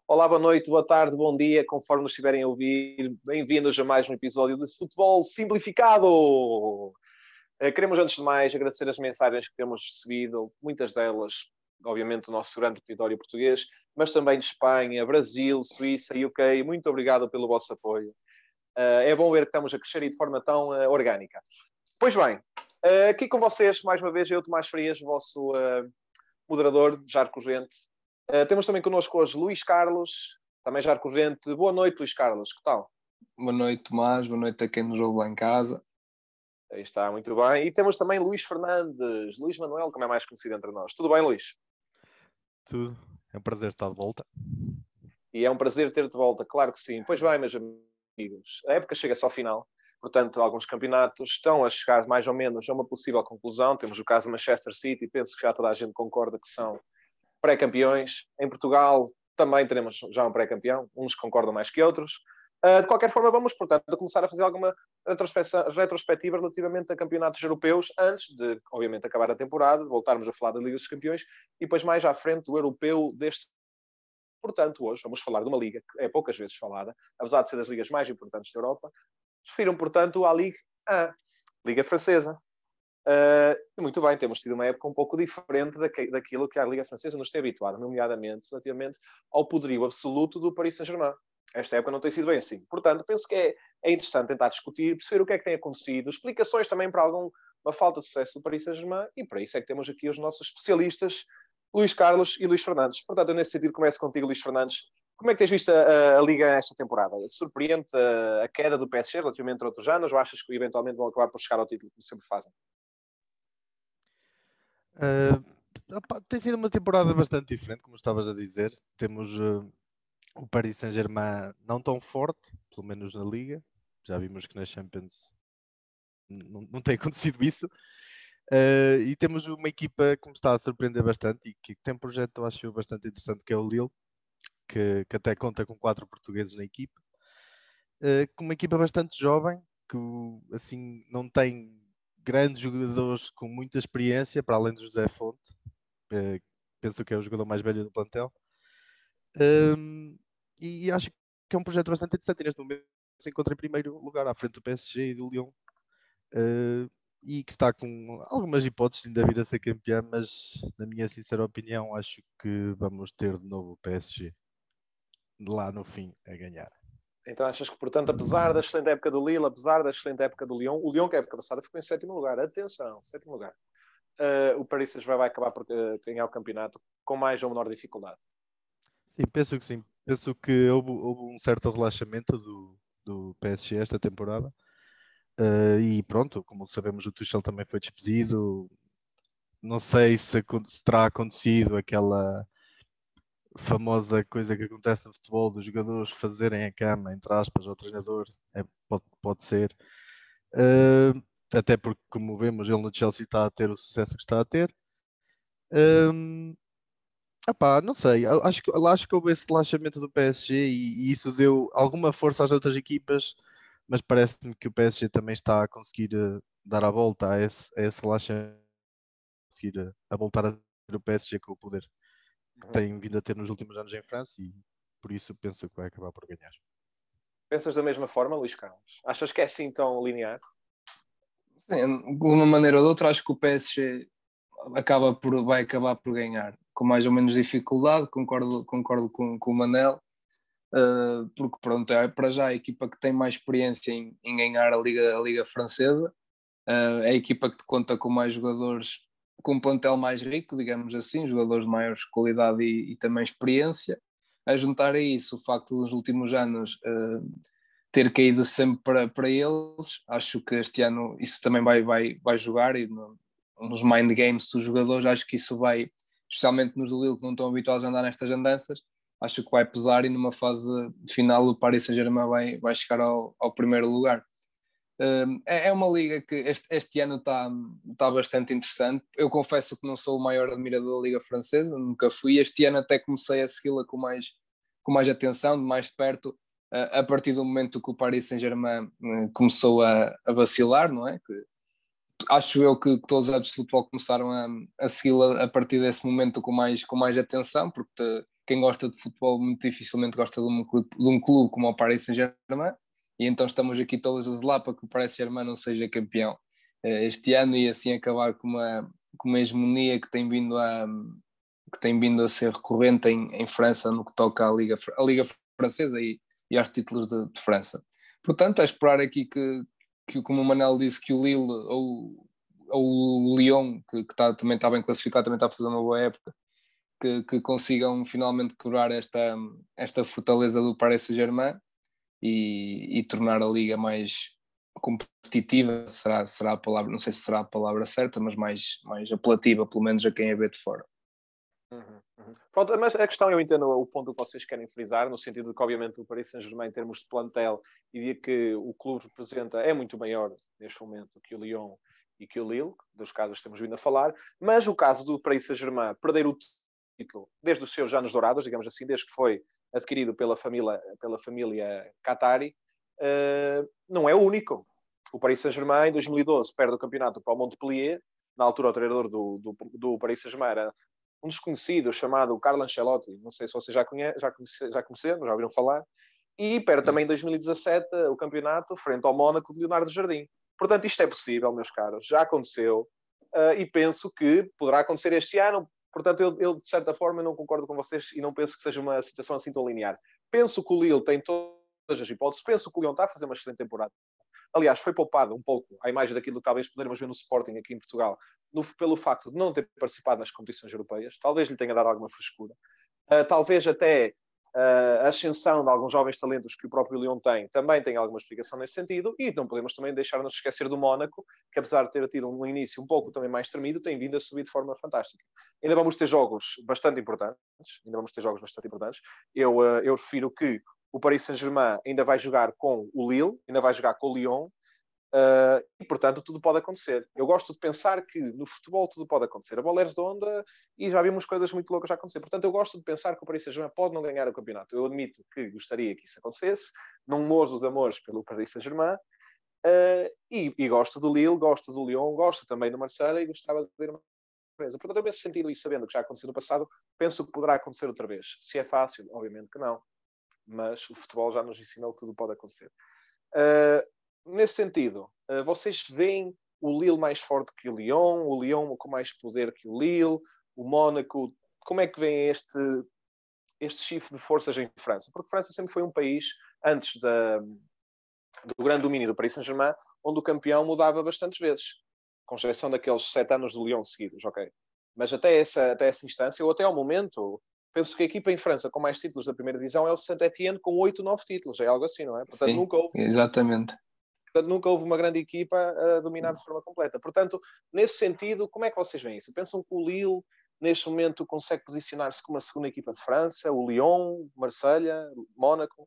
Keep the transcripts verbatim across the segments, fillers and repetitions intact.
Olá, boa noite, boa tarde, bom dia, conforme nos estiverem a ouvir. Bem-vindos a mais um episódio de Futebol Simplificado. Queremos, antes de mais, agradecer as mensagens que temos recebido, muitas delas, obviamente, do nosso grande território português, mas também de Espanha, Brasil, Suíça, U K. Muito obrigado pelo vosso apoio. É bom ver que estamos a crescer e de forma tão orgânica. Pois bem, aqui com vocês, mais uma vez, eu, Tomás Frias, vosso moderador, já recorrente. Uh, temos também connosco hoje Luís Carlos, também já recorrente. Boa noite, Luís Carlos, que tal? Boa noite, Tomás. Boa noite a quem nos ouve lá em casa. Aí está, muito bem. E temos também Luís Fernandes, Luís Manuel, como é mais conhecido entre nós. Tudo bem, Luís? Tudo. É um prazer estar de volta. E é um prazer ter-te de volta, claro que sim. Pois bem, meus amigos, a época chega-se ao final. Portanto, alguns campeonatos estão a chegar mais ou menos a uma possível conclusão. Temos o caso do Manchester City, penso que já toda a gente concorda que são pré-campeões. Em Portugal também teremos já um pré-campeão, uns concordam mais que outros. Uh, de qualquer forma, vamos, portanto, começar a fazer alguma retrospectiva relativamente a campeonatos europeus, antes de, obviamente, acabar a temporada, de voltarmos a falar da Liga dos Campeões, e depois mais à frente o europeu deste. Portanto, hoje vamos falar de uma liga que é poucas vezes falada, apesar de ser das ligas mais importantes da Europa. Refiram, portanto, à Ligue um, Liga Francesa. Uh, muito bem, temos tido uma época um pouco diferente daquilo que a Liga Francesa nos tem habituado, nomeadamente relativamente ao poderio absoluto do Paris Saint-Germain. Esta época não tem sido bem assim. Portanto, penso que é, é interessante tentar discutir, perceber o que é que tem acontecido, explicações também para alguma falta de sucesso do Paris Saint-Germain, e para isso é que temos aqui os nossos especialistas, Luís Carlos e Luís Fernandes. Portanto, nesse sentido, começo contigo, Luís Fernandes. Como é que tens visto a, a Liga esta temporada? Surpreende a, a queda do P S G relativamente a outros anos, ou achas que eventualmente vão acabar por chegar ao título, como sempre fazem? Uh, opa, tem sido uma temporada bastante diferente, como estavas a dizer. Temos uh, o Paris Saint-Germain não tão forte, pelo menos na Liga. Já vimos que na Champions não, não tem acontecido isso. Uh, e temos uma equipa que me está a surpreender bastante e que tem um projeto, eu acho, bastante interessante, que é o Lille, que, que até conta com quatro portugueses na equipa. Uh, com uma equipa bastante jovem, que assim não tem grandes jogadores com muita experiência, para além de José Fonte, uh, penso que é o jogador mais velho do plantel. Um, e, e acho que é um projeto bastante interessante, e neste momento se encontra em primeiro lugar à frente do P S G e do Lyon, uh, e que está com algumas hipóteses de ainda vir a ser campeão, mas na minha sincera opinião acho que vamos ter de novo o P S G lá no fim a ganhar. Então achas que, portanto, apesar da excelente época do Lille, apesar da excelente época do Lyon, o Lyon que a época passada ficou em sétimo lugar, atenção, sétimo lugar, uh, o Paris Saint-Germain vai acabar por uh, ganhar o campeonato com mais ou menor dificuldade? Sim, penso que sim. Penso que houve, houve um certo relaxamento do, do P S G esta temporada. Uh, e pronto, como sabemos, o Tuchel também foi despedido. Não sei se, se terá acontecido aquela famosa coisa que acontece no futebol dos jogadores fazerem a cama, entre aspas, ao treinador. É, pode, pode ser. Uh, até porque, como vemos, ele no Chelsea está a ter o sucesso que está a ter. Um, Epá, não sei, eu acho que, acho que houve esse relaxamento do P S G e, e isso deu alguma força às outras equipas, mas parece-me que o P S G também está a conseguir uh, dar a volta a esse, a esse relaxamento, conseguir uh, a voltar a ter o P S G com o poder que Uhum. tem vindo a ter nos últimos anos em França, e por isso penso que vai acabar por ganhar. Pensas da mesma forma, Luís Carlos? Achas que é assim tão linear? Sim, de uma maneira ou de outra, acho que o P S G acaba por, vai acabar por ganhar com mais ou menos dificuldade. Concordo, concordo com, com o Manel, uh, porque pronto, é para já a equipa que tem mais experiência em, em ganhar a Liga, a Liga Francesa, uh, é a equipa que conta com mais jogadores, com um plantel mais rico, digamos assim, jogadores de maior qualidade e, e também experiência. A juntar a isso o facto dos últimos anos uh, ter caído sempre para, para eles, acho que este ano isso também vai, vai, vai jogar, e no, nos mind games dos jogadores, acho que isso vai, especialmente nos do Lille que não estão habituados a andar nestas andanças, acho que vai pesar, e numa fase final o Paris Saint-Germain vai, vai chegar ao, ao primeiro lugar. É, é uma liga que este, este ano está, está bastante interessante. Eu confesso que não sou o maior admirador da Liga Francesa, nunca fui. Este ano até comecei a segui-la com mais, com mais atenção, de mais de perto, a partir do momento que o Paris Saint-Germain começou a, a vacilar, não é? Que, acho eu que, que todos os adeptos de futebol começaram a, a segui-la a partir desse momento com mais, com mais atenção, porque te, quem gosta de futebol muito dificilmente gosta de um clube, de um clube como o Paris Saint-Germain, e então estamos aqui todas a zelar para que o Paris Saint-Germain não seja campeão este ano e assim acabar com uma, com uma hegemonia que tem vindo a, que tem vindo a ser recorrente em, em França no que toca à Liga, à Liga Francesa e, e aos títulos de, de França. Portanto, é esperar aqui que, que, como o Manel disse, que o Lille ou, ou o Lyon, que, que tá, também está bem classificado, também está a fazer uma boa época, que, que consigam finalmente quebrar esta, esta fortaleza do Paris Saint-Germain e, e tornar a Liga mais competitiva, será, será a palavra, não sei se será a palavra certa, mas mais, mais apelativa, pelo menos a quem a vê de fora. Uhum, uhum. Pronto, mas a questão, eu entendo o ponto que vocês querem frisar, no sentido de que, obviamente, o Paris Saint-Germain, em termos de plantel e de que o clube representa, é muito maior neste momento que o Lyon e que o Lille, dos casos que temos vindo a falar, mas o caso do Paris Saint-Germain perder o título desde os seus anos dourados, digamos assim, desde que foi adquirido pela família, pela família Qatari, uh, não é o único. O Paris Saint-Germain, em dois mil e doze, perde o campeonato para o Montpellier. Na altura, o treinador do, do, do Paris Saint-Germain era um desconhecido chamado Carlo Ancelotti. Não sei se vocês já, conhe já, conhece já conheceram, já ouviram falar. E perde também em dois mil e dezassete o campeonato frente ao Mónaco de Leonardo Jardim. Portanto, isto é possível, meus caros. Já aconteceu. Uh, e penso que poderá acontecer este ano. Portanto, eu, eu, de certa forma, não concordo com vocês e não penso que seja uma situação assim tão linear. Penso que o Lille tem todas as hipóteses. Penso que o Lyon está a fazer uma excelente temporada. Aliás, foi poupado um pouco à imagem daquilo que talvez podermos ver no Sporting aqui em Portugal, no, pelo facto de não ter participado nas competições europeias. Talvez lhe tenha dado alguma frescura. Uh, talvez até uh, a ascensão de alguns jovens talentos que o próprio Lyon tem também tem alguma explicação nesse sentido. E não podemos também deixar-nos esquecer do Mónaco, que apesar de ter tido um início um pouco também mais tremido, tem vindo a subir de forma fantástica. Ainda vamos ter jogos bastante importantes. Ainda vamos ter jogos bastante importantes. Eu, uh, eu refiro que o Paris Saint-Germain ainda vai jogar com o Lille, ainda vai jogar com o Lyon, uh, e, portanto, tudo pode acontecer. Eu gosto de pensar que no futebol tudo pode acontecer. A bola é redonda e já vimos coisas muito loucas a acontecer. Portanto, eu gosto de pensar que o Paris Saint-Germain pode não ganhar o campeonato. Eu admito que gostaria que isso acontecesse, não morro de amores pelo Paris Saint-Germain, uh, e, e gosto do Lille, gosto do Lyon, gosto também do Marseille e gostava de ver uma surpresa. Portanto, eu, nesse sentido, e sabendo que já aconteceu no passado, penso que poderá acontecer outra vez. Se é fácil, obviamente que não. Mas o futebol já nos ensinou que tudo pode acontecer. Uh, nesse sentido, uh, vocês veem o Lille mais forte que o Lyon, o Lyon com mais poder que o Lille, o Mónaco, como é que vem este, este chifre de forças em França? Porque França sempre foi um país, antes da, do grande domínio do Paris Saint-Germain, onde o campeão mudava bastantes vezes, com exceção daqueles sete anos do Lyon seguidos, ok? Mas até essa, até essa instância, ou até ao momento... Penso que a equipa em França com mais títulos da primeira divisão é o Saint-Étienne com oito, nove títulos. É algo assim, não é? Portanto, Sim, nunca houve, exatamente. portanto, nunca houve uma grande equipa a dominar de forma completa. Portanto, nesse sentido, como é que vocês veem isso? Pensam que o Lille, neste momento, consegue posicionar-se como a segunda equipa de França? O Lyon, Marselha, Mónaco?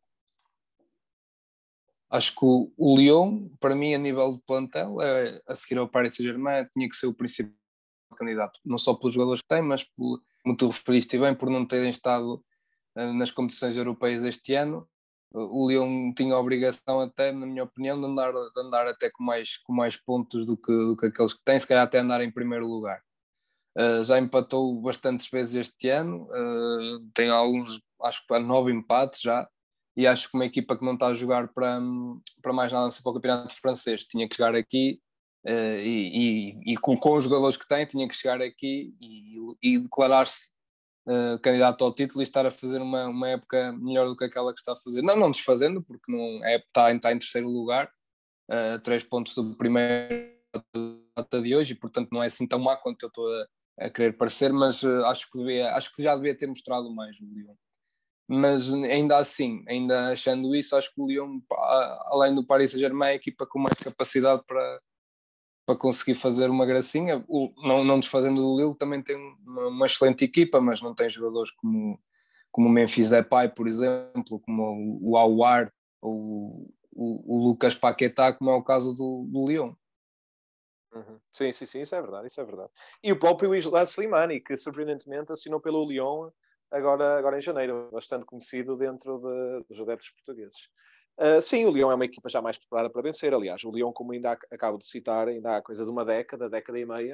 Acho que o, o Lyon, para mim, a nível de plantel, é, a seguir ao Paris Saint-Germain, tinha que ser o principal candidato. Não só pelos jogadores que tem, mas por... como tu referiste bem, por não terem estado uh, nas competições europeias este ano. Uh, o Lyon tinha a obrigação até, na minha opinião, de andar, de andar até com mais, com mais pontos do que, do que aqueles que têm, se calhar até andar em primeiro lugar. Uh, já empatou bastantes vezes este ano, uh, tem alguns, acho que há nove empates já, e acho que uma equipa que não está a jogar para, para mais nada para o campeonato francês, tinha que chegar aqui Uh, e, e, e com, com os jogadores que tem, tinha que chegar aqui e, e declarar-se uh, candidato ao título e estar a fazer uma, uma época melhor do que aquela que está a fazer. Não, não desfazendo, porque não é, está, está em terceiro lugar, uh, três pontos do primeiro data de hoje, e portanto não é assim tão má quanto eu estou a, a querer parecer, mas uh, acho, que devia, acho que já devia ter mostrado mais o Lyon. Mas ainda assim, ainda achando isso, acho que o Lyon, além do Paris Saint-Germain, é a equipa com mais capacidade para para conseguir fazer uma gracinha. O, não, não desfazendo do Lille, também tem uma, uma excelente equipa, mas não tem jogadores como, como o Memphis Depay, por exemplo, como o, o Aouar ou o, o Lucas Paquetá, como é o caso do, do Lyon. Uhum. Sim, sim, sim, isso é verdade, isso é verdade. E o próprio Islam Slimani, que surpreendentemente assinou pelo Lyon agora, agora em janeiro, bastante conhecido dentro de, dos adeptos portugueses. Uh, sim, o Lyon é uma equipa já mais preparada para vencer. Aliás, o Lyon, como ainda há, acabo de citar, ainda há coisa de uma década, década e meia,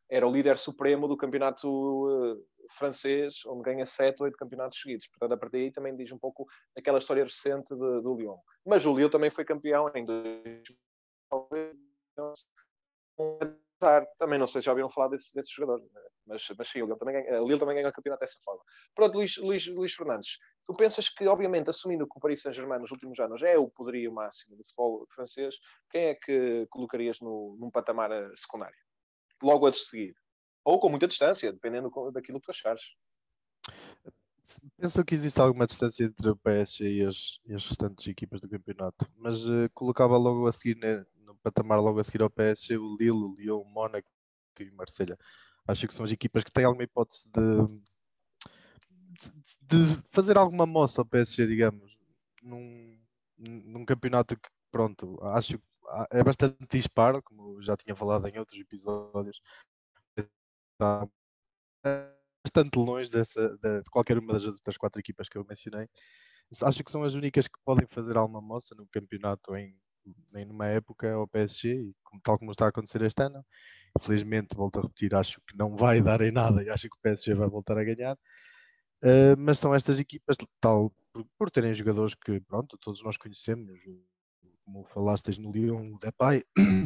era o líder supremo do campeonato uh, francês, onde ganha sete ou oito campeonatos seguidos. Portanto, a partir daí também diz um pouco aquela história recente de, do Lyon. Mas o Lille também foi campeão em dois mil e também não sei se já ouviram falar desse, desse jogador, mas, mas sim, o Lille também, ganha, o Lille também ganhou o campeonato dessa forma. Pronto, Luís, Luís, Luís Fernandes, tu pensas que, obviamente, assumindo que o Paris Saint-Germain nos últimos anos é o poderio máximo do futebol francês, quem é que colocarias no, num patamar secundário? Logo a seguir. Ou com muita distância, dependendo daquilo que tu achares. Penso que existe alguma distância entre o P S G e as, e as restantes equipas do campeonato, mas uh, colocava logo a seguir, né, no patamar logo a seguir ao P S G, o Lille, o Lyon, o Mónaco e o Marselha. Acho que são as equipas que têm alguma hipótese de, de, de fazer alguma moça ao P S G, digamos, num, num campeonato que, pronto, acho que é bastante disparo, como já tinha falado em outros episódios. Está bastante longe dessa, de, de qualquer uma das, das quatro equipas que eu mencionei. Acho que são as únicas que podem fazer alguma moça no campeonato em, em numa época ao P S G, e como, tal como está a acontecer este ano. Infelizmente, volto a repetir, acho que não vai dar em nada e acho que o P S G vai voltar a ganhar. Uh, mas são estas equipas, tal, por, por terem jogadores que, pronto, todos nós conhecemos, como falaste no Lyon, o Depay.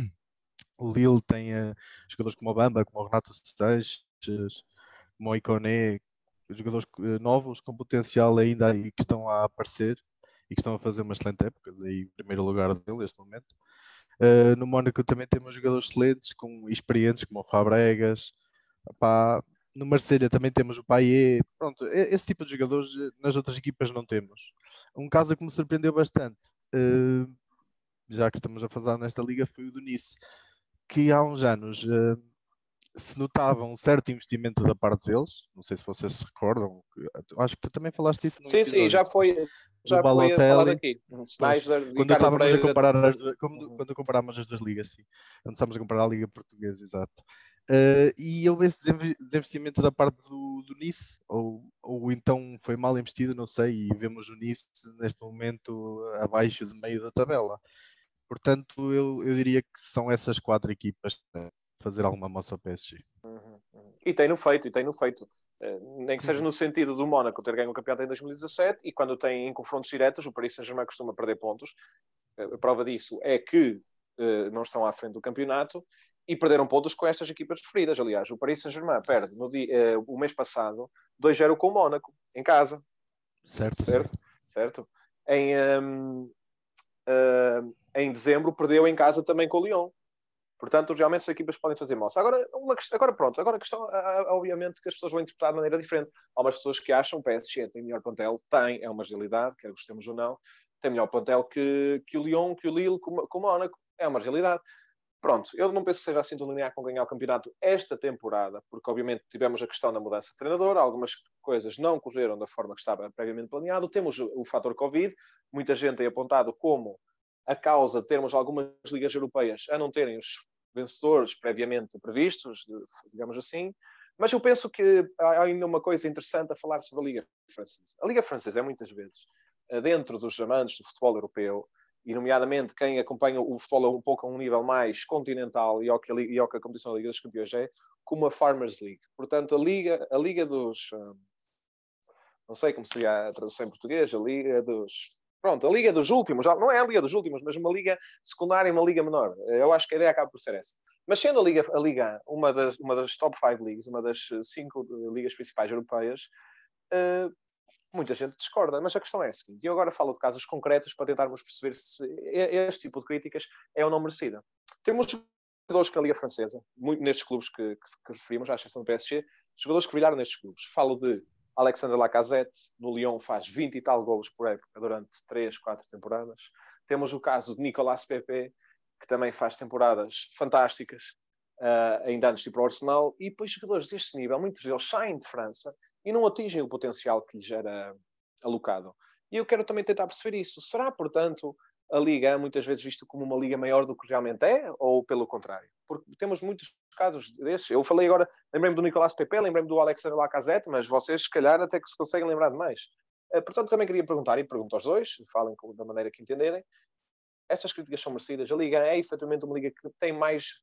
O Lille tem uh, jogadores como o Bamba, como o Renato Seixas, como o Iconé, jogadores uh, novos com potencial ainda aí que estão a aparecer e que estão a fazer uma excelente época, daí o primeiro lugar dele neste momento. Uh, no Mónaco também temos jogadores excelentes, com experientes como o Fabregas. Epá, no Marselha também temos o Payet. Pronto, esse tipo de jogadores nas outras equipas não temos. Um caso que me surpreendeu bastante, uh, já que estamos a falar nesta liga, foi o do Nice, que há uns anos uh, se notava um certo investimento da parte deles. Não sei se vocês se recordam, acho que tu também falaste isso no sim, episódio. Sim, já foi, do já foi falado aqui. Pois, quando estávamos a comparar as duas, quando, uhum. quando comparámos as duas ligas, sim. Quando estávamos a comparar a Liga Portuguesa, exato. Uh, e houve esse desinvestimento da parte do, do Nice, ou, ou então foi mal investido, não sei, e vemos o Nice neste momento abaixo de meio da tabela. Portanto, eu, eu diria que são essas quatro equipas a fazer alguma moça ao P S G. Uhum, uhum. E tem no feito, e tem no feito. Uh, nem que seja no sentido do Mónaco ter ganho o campeonato em dois mil e dezassete, e quando tem em confrontos diretos, o Paris Saint-Germain costuma perder pontos. Uh, a prova disso é que uh, não estão à frente do campeonato e perderam pontos com essas equipas preferidas. Aliás, o Paris Saint-Germain perde no dia, uh, o mês passado dois a zero com o Mónaco, em casa. Certo, certo. certo? Em... Um, Uh, em dezembro perdeu em casa também com o Lyon. Portanto, realmente as equipas podem fazer moça. Agora, uma, agora pronto, agora a questão, obviamente, que as pessoas vão interpretar de maneira diferente. Há umas pessoas que acham que o P S G tem melhor plantel, tem, é uma realidade, quer gostemos ou não, tem melhor plantel que, que o Lyon, que o Lille, que o Mónaco, é uma realidade. Pronto, eu não penso que seja assim tão linear com ganhar o campeonato esta temporada, porque obviamente tivemos a questão da mudança de treinador, algumas coisas não correram da forma que estava previamente planeado, temos o, o fator Covid, muita gente tem apontado como a causa de termos algumas ligas europeias a não terem os vencedores previamente previstos, digamos assim, mas eu penso que há ainda uma coisa interessante a falar sobre a Liga Francesa. A Liga Francesa é muitas vezes, dentro dos amantes do futebol europeu, e nomeadamente quem acompanha o futebol um pouco a um nível mais continental e ao que a, e ao que a competição da Liga dos Campeões é, como a Farmers League. Portanto, a Liga, a Liga dos... Um, não sei como seria a tradução em português, a Liga dos... Pronto, a Liga dos Últimos, não é a Liga dos Últimos, mas uma Liga secundária e uma Liga menor. Eu acho que a ideia acaba por ser essa. Mas sendo a Liga, a Liga uma, das, uma das top cinco leagues, uma das cinco ligas principais europeias, uh, muita gente discorda. Mas a questão é a seguinte, e eu agora falo de casos concretos para tentarmos perceber se este tipo de críticas é ou não merecida. Temos jogadores que a Liga Francesa, muito nestes clubes que, que, que referimos, à exceção do P S G, jogadores que brilharam nestes clubes. Falo de Alexandre Lacazette, no Lyon faz vinte e tal golos por época durante três, quatro temporadas. Temos o caso de Nicolas Pepe, que também faz temporadas fantásticas, uh, ainda antes de ir para o Arsenal. E depois jogadores deste nível, muitos deles saem de França e não atingem o potencial que lhes era alocado. E eu quero também tentar perceber isso. Será, portanto, a Liga muitas vezes vista como uma Liga maior do que realmente é, ou pelo contrário? Porque temos muitos casos desses. Eu falei agora, lembrei-me do Nicolas Pepe, lembrei-me do Alexandre Lacazette, mas vocês, se calhar, até que se conseguem lembrar de mais. Portanto, também queria perguntar, e pergunto aos dois, falem da maneira que entenderem, essas críticas são merecidas. A Liga é efetivamente uma Liga que tem mais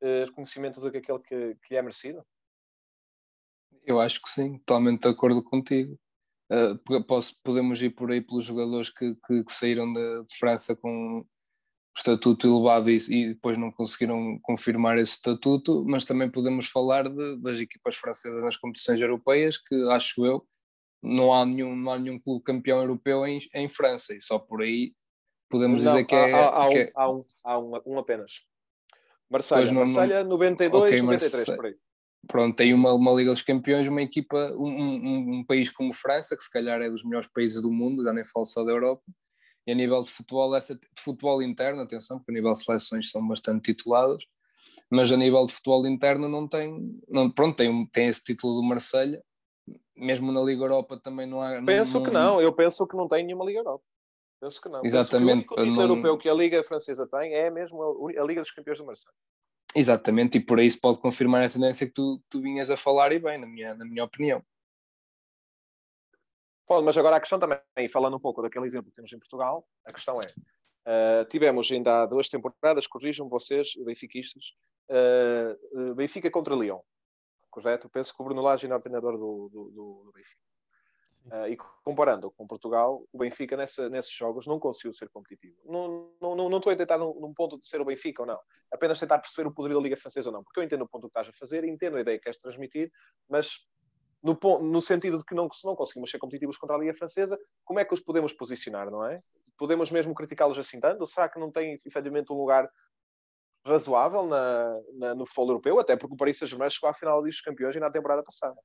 uh, reconhecimento do que aquele que, que lhe é merecido? Eu acho que sim, totalmente de acordo contigo. Uh, posso, podemos ir por aí pelos jogadores que, que, que saíram de, de França com o estatuto elevado e, e depois não conseguiram confirmar esse estatuto, mas também podemos falar de, das equipas francesas nas competições europeias, que acho eu, não há nenhum, não há nenhum clube campeão europeu em, em França, e só por aí podemos Não, dizer que há, é... há, há, que um, é há, um, há um, um apenas. Marselha, não, Marselha não, noventa e dois, ok, noventa e três, Marse... por aí. Pronto, tem uma, uma Liga dos Campeões, uma equipa, um, um, um país como França, que se calhar é dos melhores países do mundo, já nem falo só da Europa, e a nível de futebol, essa, de futebol interno, atenção, porque a nível de seleções são bastante tituladas, mas a nível de futebol interno não tem, não, pronto, tem, tem esse título do Marselha, mesmo na Liga Europa também não há... Não, Penso que não, não, eu penso que não tem nenhuma Liga Europa. Penso que não. Penso que o exatamente, único título não, europeu que a Liga Francesa tem é mesmo a, a Liga dos Campeões do Marselha. exatamente, e por aí se pode confirmar essa tendência que tu, tu vinhas a falar, e bem, na minha, na minha opinião. Bom, mas agora a questão também, falando um pouco daquele exemplo que temos em Portugal, a questão é, uh, tivemos ainda há duas temporadas, corrijam vocês, benfiquistas, uh, uh, Benfica contra Lyon, correto? Penso que o Bruno Lage é o treinador do, do, do, do Benfica. Uh, e comparando com Portugal, o Benfica nessa, nesses jogos não conseguiu ser competitivo. Não, não, não, não estou a tentar num, num ponto de ser o Benfica ou não, apenas tentar perceber o poder da Liga Francesa ou não, porque eu entendo o ponto que estás a fazer, entendo a ideia que queres transmitir, mas no, no sentido de que não, se não conseguimos ser competitivos contra a Liga Francesa, como é que os podemos posicionar, não é? Podemos mesmo criticá-los assim tanto? Será que não tem efetivamente um lugar razoável na, na, no futebol europeu? Até porque o Paris Saint-Germain chegou à final dos campeões ainda na temporada passada.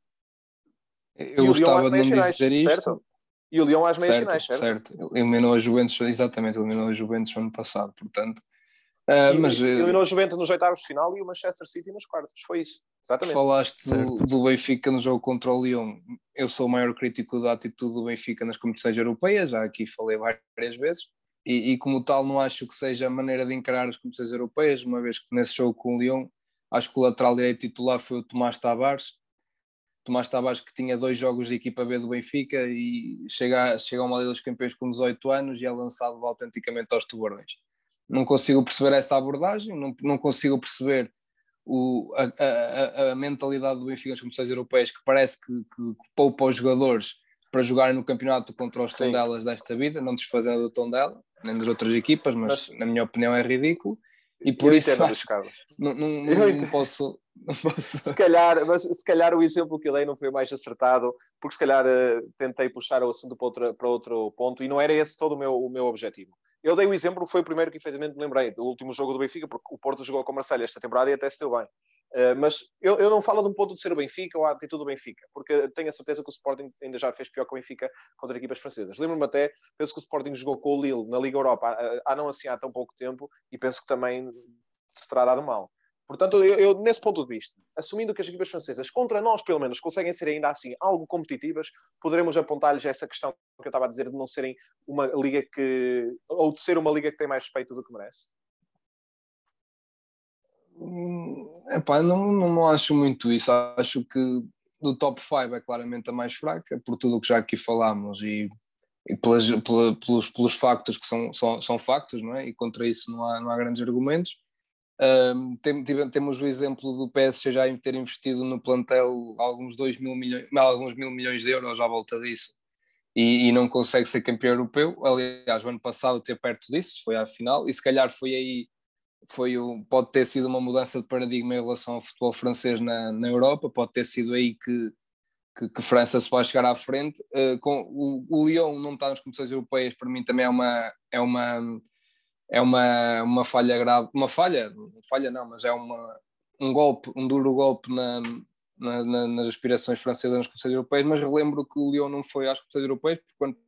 Eu e o Lyon gostava às de não meias finais, dizer isto. Certo? E o Lyon às meias Certo, finais, certo? certo. Eliminou a Juventus, exatamente, eliminou a Juventus no ano passado, portanto. Uh, E, mas, eliminou a Juventus nos oitavos de final e o Manchester City nos quartos. Foi isso, exatamente. Falaste do, do Benfica no jogo contra o Lyon. Eu sou o maior crítico da atitude do Benfica nas competições europeias, já aqui falei várias vezes, e, e como tal não acho que seja a maneira de encarar as competições europeias, uma vez que nesse jogo com o Lyon, acho que o lateral direito titular foi o Tomás Tavares, Tomás Tavares que tinha dois jogos de equipa B do Benfica e chega, chega a uma Liga dos Campeões com dezoito anos e é lançado autenticamente aos tubarões. Não consigo perceber essa abordagem, não, não consigo perceber o, a, a, a mentalidade do Benfica nas competições europeias, que parece que, que, que poupa os jogadores para jogarem no campeonato contra os Sim. Tondelas desta vida, não desfazendo do Tondela, nem das outras equipas, mas, mas na minha opinião é ridículo. E por eu isso entendo, acho, Carlos. Não, não, não, não, posso, não posso. Se calhar, mas se calhar o exemplo que eu dei não foi o mais acertado, porque se calhar uh, tentei puxar o assunto para, outra, para outro ponto e não era esse todo o meu, o meu objetivo. Eu dei o exemplo, foi o primeiro que efetivamente me lembrei, do último jogo do Benfica, porque o Porto jogou com o Marselha esta temporada e até se deu bem. Uh, mas eu, eu não falo de um ponto de ser o Benfica ou a atitude do Benfica, porque tenho a certeza que o Sporting ainda já fez pior que o Benfica contra equipas francesas. Lembro-me até, penso que o Sporting jogou com o Lille na Liga Europa há, há não assim há tão pouco tempo e penso que também se terá dado mal. Portanto, eu, eu, nesse ponto de vista, assumindo que as equipas francesas, contra nós, pelo menos, conseguem ser ainda assim algo competitivas, poderemos apontar-lhes essa questão que eu estava a dizer de não serem uma liga que... ou de ser uma liga que tem mais respeito do que merece? Hum, epá, não, não acho muito isso. Acho que do top cinco é claramente a mais fraca, por tudo o que já aqui falámos e, e pelas, pela, pelos, pelos factos que são, são, são factos, não é? E contra isso não há, não há grandes argumentos. Um, tem, temos o exemplo do P S G já ter investido no plantel alguns dois mil milhões, alguns mil milhões de euros à volta disso e, e não consegue ser campeão europeu. Aliás, o ano passado ter perto disso, foi à final, e se calhar foi aí, foi o, pode ter sido uma mudança de paradigma em relação ao futebol francês na, na Europa, pode ter sido aí que, que, que França se vai chegar à frente. Uh, com, o, o Lyon não está nas competições europeias, para mim também é uma... É uma é uma, uma falha grave, uma falha, não falha não, mas é uma, um golpe, um duro golpe na, na, na, nas aspirações francesas nas competições europeias, mas relembro que o Lyon não foi às competições europeias, porque quando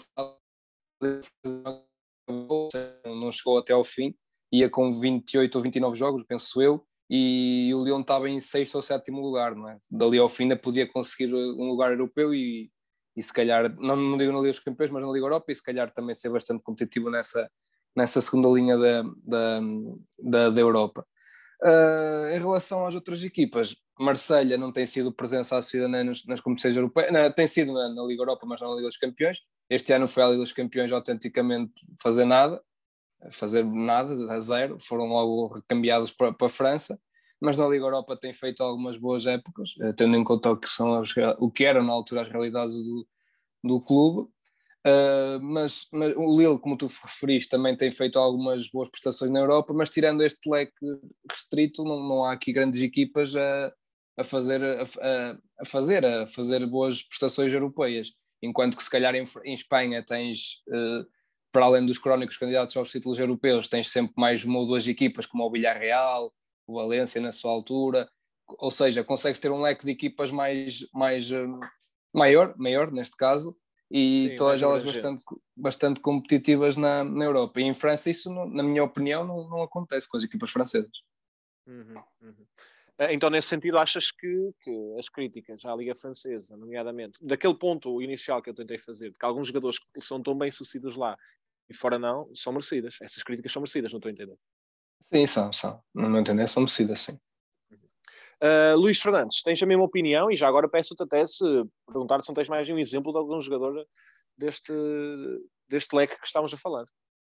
não chegou até ao fim, ia com vinte e oito ou vinte e nove jogos, penso eu, e o Lyon estava em sexto ou sétimo lugar, não é? Dali ao fim ainda podia conseguir um lugar europeu e, e se calhar, não, não digo na Liga dos Campeões, mas na Liga Europa, e se calhar também ser bastante competitivo nessa nessa segunda linha da, da, da, da Europa. Uh, em relação às outras equipas, Marselha não tem sido presença assídua nas, nas competições europeias, não, tem sido na, na Liga Europa, mas não na Liga dos Campeões. Este ano foi à Liga dos Campeões autenticamente fazer nada, fazer nada, a zero, foram logo recambiados para, para a França. mas na Liga Europa tem feito algumas boas épocas, tendo em conta o que, são as, o que eram na altura as realidades do, do clube. Uh, mas, mas o Lille, como tu referiste, também tem feito algumas boas prestações na Europa, mas tirando este leque restrito, não, não há aqui grandes equipas a, a, fazer, a, a, fazer, a fazer boas prestações europeias, enquanto que se calhar em, em Espanha tens, uh, para além dos crónicos candidatos aos títulos europeus, tens sempre mais uma ou duas equipas, como o Villarreal, o Valência na sua altura, ou seja, consegues ter um leque de equipas mais, mais uh, maior, maior neste caso, e Sim, todas elas bastante, bastante competitivas na, na Europa. E em França isso, não, na minha opinião, não, não acontece com as equipas francesas. Uhum, uhum. Então, nesse sentido, achas que, que as críticas à Liga Francesa, nomeadamente, daquele ponto inicial que eu tentei fazer, de que alguns jogadores que são tão bem sucedidos lá e fora não, são merecidas. Essas críticas são merecidas, não estou a entender. Sim, são, são. No meu entender, são merecidas, sim. Uh, Luís Fernandes, tens a mesma opinião? E já agora peço-te até se perguntar se não tens mais um exemplo de algum jogador deste, deste leque que estamos a falar.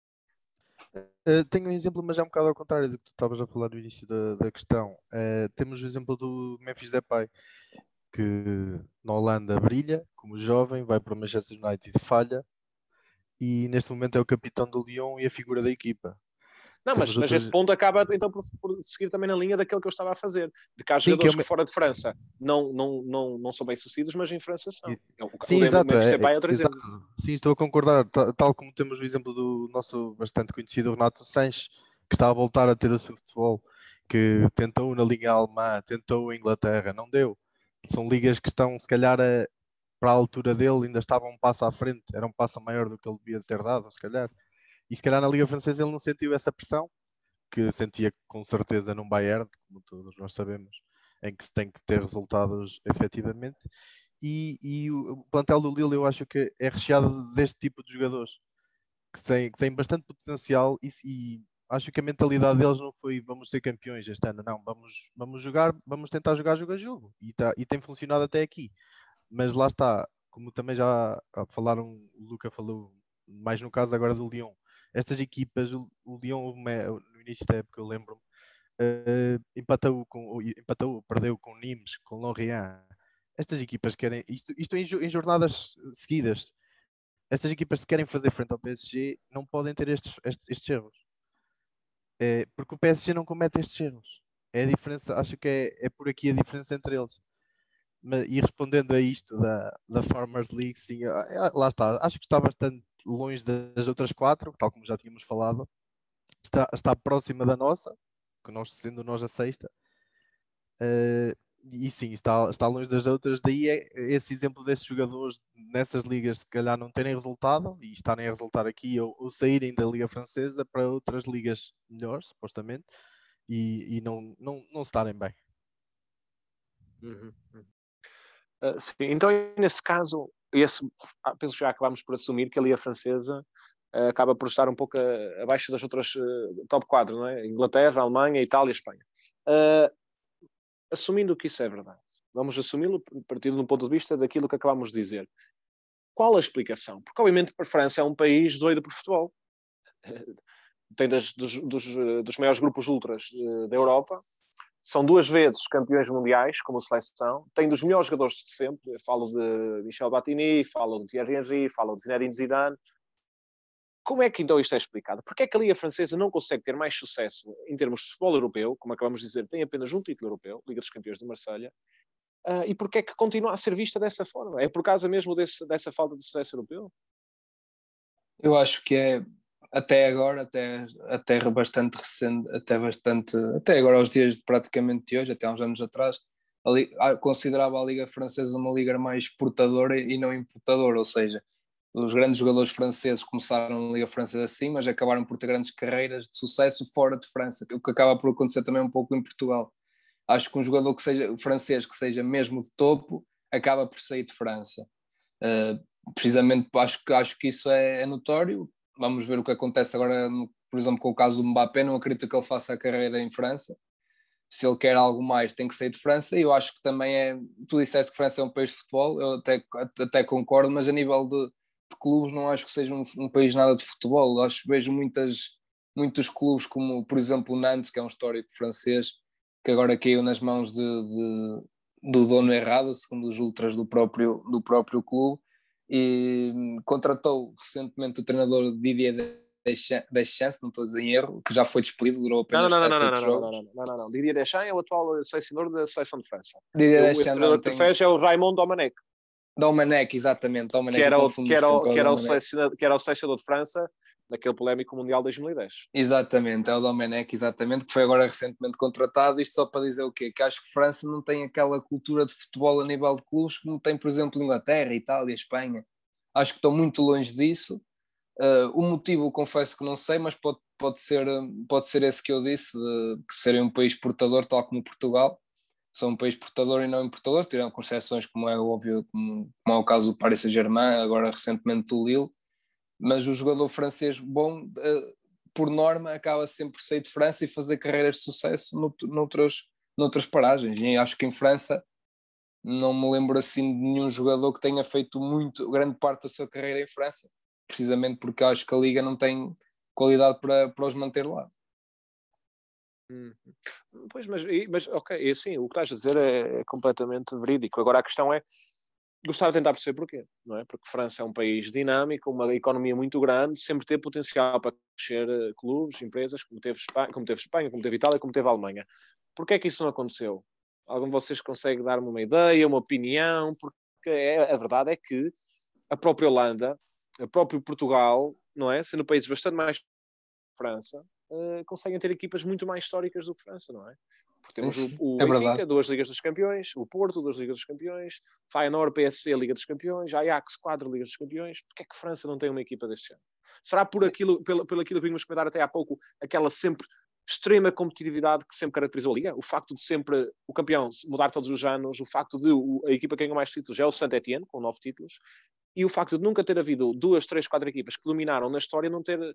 Uh, tenho um exemplo, mas é um bocado ao contrário do que tu estavas a falar no início da, da questão. Uh, temos o exemplo do Memphis Depay, que na Holanda brilha como jovem, vai para o Manchester United e falha, e neste momento é o capitão do Lyon e a figura da equipa. Não, mas, outros... mas esse ponto acaba então por, por seguir também na linha daquilo que eu estava a fazer, de que há Sim, jogadores que, é que fora de França não, não, não, não são bem sucedidos, mas em França são. O, Sim, o exato, Memphis é, Depay é, é outro exato. exemplo. Sim, estou a concordar, tal, tal como temos o exemplo do nosso bastante conhecido Renato Sanches, que está a voltar a ter o seu futebol, que tentou na Liga Alemã, tentou a Inglaterra, não deu. São ligas que estão, se calhar, a, para a altura dele, ainda estavam um passo à frente, era um passo maior do que ele devia ter dado, se calhar. E se calhar na Liga Francesa ele não sentiu essa pressão, que sentia com certeza num Bayern, como todos nós sabemos, em que se tem que ter resultados efetivamente. E, e o plantel do Lille eu acho que é recheado deste tipo de jogadores que têm, que têm bastante potencial e, e acho que a mentalidade deles não foi vamos ser campeões este ano, não, vamos, vamos jogar, vamos tentar jogar jogo a jogo e, tá, e tem funcionado até aqui, mas lá está, como também já falaram, o Luca falou mais no caso agora do Lyon, estas equipas, o, o Lyon no início da época eu lembro-me, uh, empatou, com, empatou, perdeu com Nimes, com Lorient. Estas equipas querem, isto, isto em, em jornadas seguidas, estas equipas se querem fazer frente ao P S G não podem ter estes, estes, estes erros. É, porque o P S G não comete estes erros. É a diferença, acho que é, é por aqui a diferença entre eles. Mas, e respondendo a isto da, da Farmers League, sim, lá está. Acho que está bastante longe das outras quatro, tal como já tínhamos falado. Está, está próxima da nossa, que nós sendo nós a sexta. Uh, e sim, está, está longe das outras. Daí é esse exemplo desses jogadores nessas ligas, se calhar não terem resultado e estarem a resultar aqui ou, ou saírem da Liga Francesa para outras ligas melhores, supostamente, e, e não, não, não estarem bem. Uhum. Uh, sim. Então, nesse caso, esse, penso que já acabámos por assumir que a Liga Francesa uh, acaba por estar um pouco a, abaixo das outras uh, top quatro, não é? Inglaterra, Alemanha, Itália, Espanha. Uh, assumindo que isso é verdade, vamos assumi-lo partindo do ponto de vista daquilo que acabamos de dizer. Qual a explicação? Porque, obviamente, a França é um país doido por futebol. Tem das, dos, dos, dos maiores grupos ultras da Europa. São duas vezes campeões mundiais, como seleção. Tem dos melhores jogadores de sempre. Falo de Michel Platini, falo de Thierry Henry, falo de Zinedine Zidane. Como é que então isto é explicado? Porque é que a Liga Francesa não consegue ter mais sucesso em termos de futebol europeu? Como acabamos de dizer, tem apenas um título europeu, Liga dos Campeões de Marselha. Uh, e porque é que continua a ser vista dessa forma? É por causa mesmo desse, dessa falta de sucesso europeu? Eu acho que é até agora, até, até bastante recente, até bastante, até agora aos dias de praticamente de hoje, até há uns anos atrás, a, considerava a Liga Francesa uma liga mais exportadora e não importadora, ou seja, os grandes jogadores franceses começaram na Liga Francesa assim, mas acabaram por ter grandes carreiras de sucesso fora de França, o que acaba por acontecer também um pouco em Portugal. Acho que um jogador que seja francês, que seja mesmo de topo, acaba por sair de França. Uh, precisamente acho que, acho que isso é, é notório. Vamos ver o que acontece agora, por exemplo, com o caso do Mbappé. Não acredito que ele faça a carreira em França. Se ele quer algo mais, tem que sair de França. E eu acho que também é. Tu disseste que França é um país de futebol, eu até, até concordo, mas a nível de, de clubes, não acho que seja um, um país nada de futebol. Eu acho que vejo muitas, muitos clubes, como por exemplo o Nantes, que é um histórico francês, que agora caiu nas mãos de, de, do dono errado, segundo os ultras do próprio, do próprio clube, e contratou recentemente o treinador Didier Deschamps, não estou a dizer em erro, que já foi despedido, durou Não, apenas não, não, não, sete, não, oito não, não, jogos. não, não, não, não, não. Didier Deschamps é o atual selecionador da seleção de França. Didier O Deschamps treinador não que tem... fez é o Raymond Domenech. Domenech, exatamente, Que Domenech, era, eu o, que, confundo era, o, sempre que, com o era o Domenech. selecionador, que era o selecionador de França naquele polémico Mundial de dois mil e dez. Exatamente, é o Domenech, exatamente, que foi agora recentemente contratado. Isto só para dizer o quê? Que acho que França não tem aquela cultura de futebol a nível de clubes como tem, por exemplo, Inglaterra, Itália, Espanha. Acho que estão muito longe disso. Uh, o motivo, confesso que não sei, mas pode, pode, ser, pode ser esse que eu disse, de que serem um país exportador, tal como Portugal. São um país exportador e não importador, tirando concessões, como é óbvio, como, como é o caso do Paris Saint-Germain, agora recentemente do Lille. Mas o jogador francês bom, uh, por norma, acaba sempre por sair de França e fazer carreiras de sucesso nout- noutras, noutras paragens. E acho que em França não me lembro assim de nenhum jogador que tenha feito muito, grande parte da sua carreira em França, precisamente porque acho que a Liga não tem qualidade para, para os manter lá. Hum. Pois, mas, mas ok, assim, o que estás a dizer é, é completamente verídico. Agora a questão é, gostava de tentar perceber porquê, não é? Porque França é um país dinâmico, uma economia muito grande, sempre teve potencial para crescer uh, clubes, empresas, como teve, Espanha, como teve Espanha, como teve Itália, como teve a Alemanha. Porquê é que isso não aconteceu? Algum de vocês consegue dar-me uma ideia, uma opinião? Porque é, a verdade é que a própria Holanda, a próprio Portugal, não é? Sendo países bastante mais que França, uh, conseguem ter equipas muito mais históricas do que França, não é? Porque temos Sim, sim. o, o É Benfica, verdade. duas Ligas dos Campeões, o Porto, duas Ligas dos Campeões, Feyenoord, P S V, Liga dos Campeões, Ajax, quatro Ligas dos Campeões. Porquê é que França não tem uma equipa deste ano? Será por aquilo, pelo, pelo aquilo que vimos comentar até há pouco, aquela sempre extrema competitividade que sempre caracterizou a Liga? O facto de sempre o campeão mudar todos os anos, o facto de a equipa que ganhou mais títulos é o Saint-Étienne, com nove títulos, e o facto de nunca ter havido duas, três, quatro equipas que dominaram na história, não ter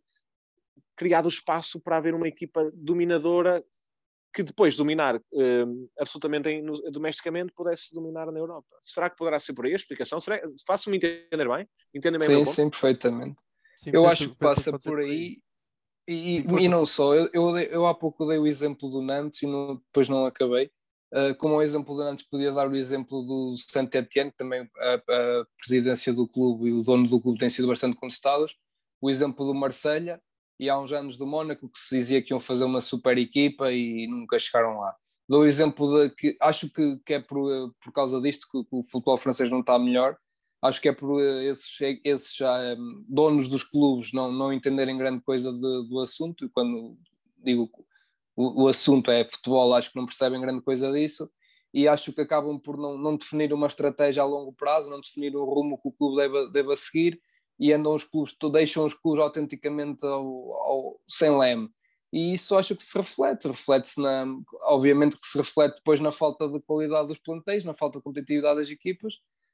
criado espaço para haver uma equipa dominadora que depois de dominar um, absolutamente em, no, domesticamente pudesse dominar na Europa. Será que poderá ser por aí a explicação? Faço-me entender bem? Entendem bem o meu Sim, ponto? sim, perfeitamente. Sim, Eu acho penso, que penso que passa pode ser por por aí. aí. E, Sim, e força, não força. só, eu, eu, eu há pouco dei o exemplo do Nantes e no, depois não acabei. Uh, como o exemplo do Nantes, podia dar o exemplo do Saint-Étienne, que também a, a presidência do clube e o dono do clube têm sido bastante contestados. O exemplo do Marselha e há uns anos do Mónaco, que se dizia que iam fazer uma super equipa e nunca chegaram lá. Dou o exemplo de que acho que, que é por, por causa disto que, que o futebol francês não está melhor. Acho que é por esses, esses já, um, donos dos clubes não, não entenderem grande coisa de, do assunto, e quando digo o, o assunto é futebol, acho que não percebem grande coisa disso, e acho que acabam por não, não definir uma estratégia a longo prazo, não definir o rumo que o clube deve, deve seguir, e andam os clubes, deixam os clubes autenticamente ao, ao, sem leme. E isso acho que se reflete, reflete-se na, obviamente que se reflete depois na falta de qualidade dos plantéis, na falta de competitividade das equipas,